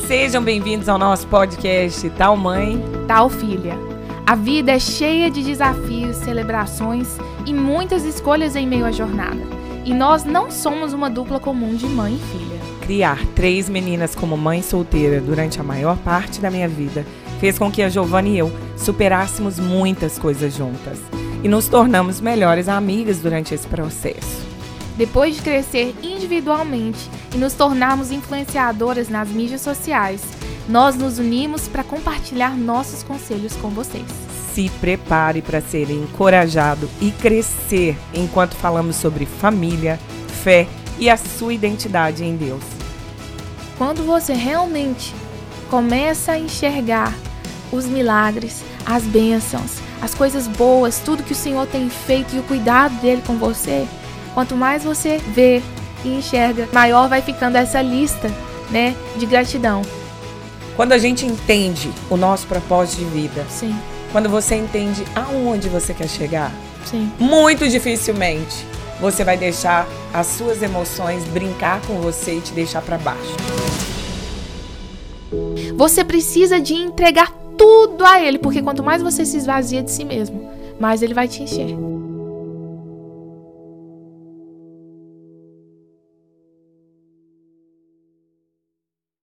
Sejam bem-vindos ao nosso podcast Tal Mãe, Tal Filha. A vida é cheia de desafios, celebrações e muitas escolhas em meio à jornada. E nós não somos uma dupla comum de mãe e filha. Criar 3 meninas como mãe solteira durante a maior parte da minha vida fez com que a Giovana e eu superássemos muitas coisas juntas e nos tornamos melhores amigas durante esse processo. Depois de crescer individualmente e nos tornarmos influenciadoras nas mídias sociais, nós nos unimos para compartilhar nossos conselhos com vocês. Se prepare para ser encorajado e crescer enquanto falamos sobre família, fé e a sua identidade em Deus. Quando você realmente começa a enxergar os milagres, as bênçãos, as coisas boas, tudo que o Senhor tem feito e o cuidado dele com você, quanto mais você vê e enxerga, maior vai ficando essa lista, de gratidão. Quando a gente entende o nosso propósito de vida, Sim. Quando você entende aonde você quer chegar, Sim. muito dificilmente você vai deixar as suas emoções brincar com você e te deixar para baixo. Você precisa de entregar tudo a Ele, porque quanto mais você se esvazia de si mesmo, mais Ele vai te encher.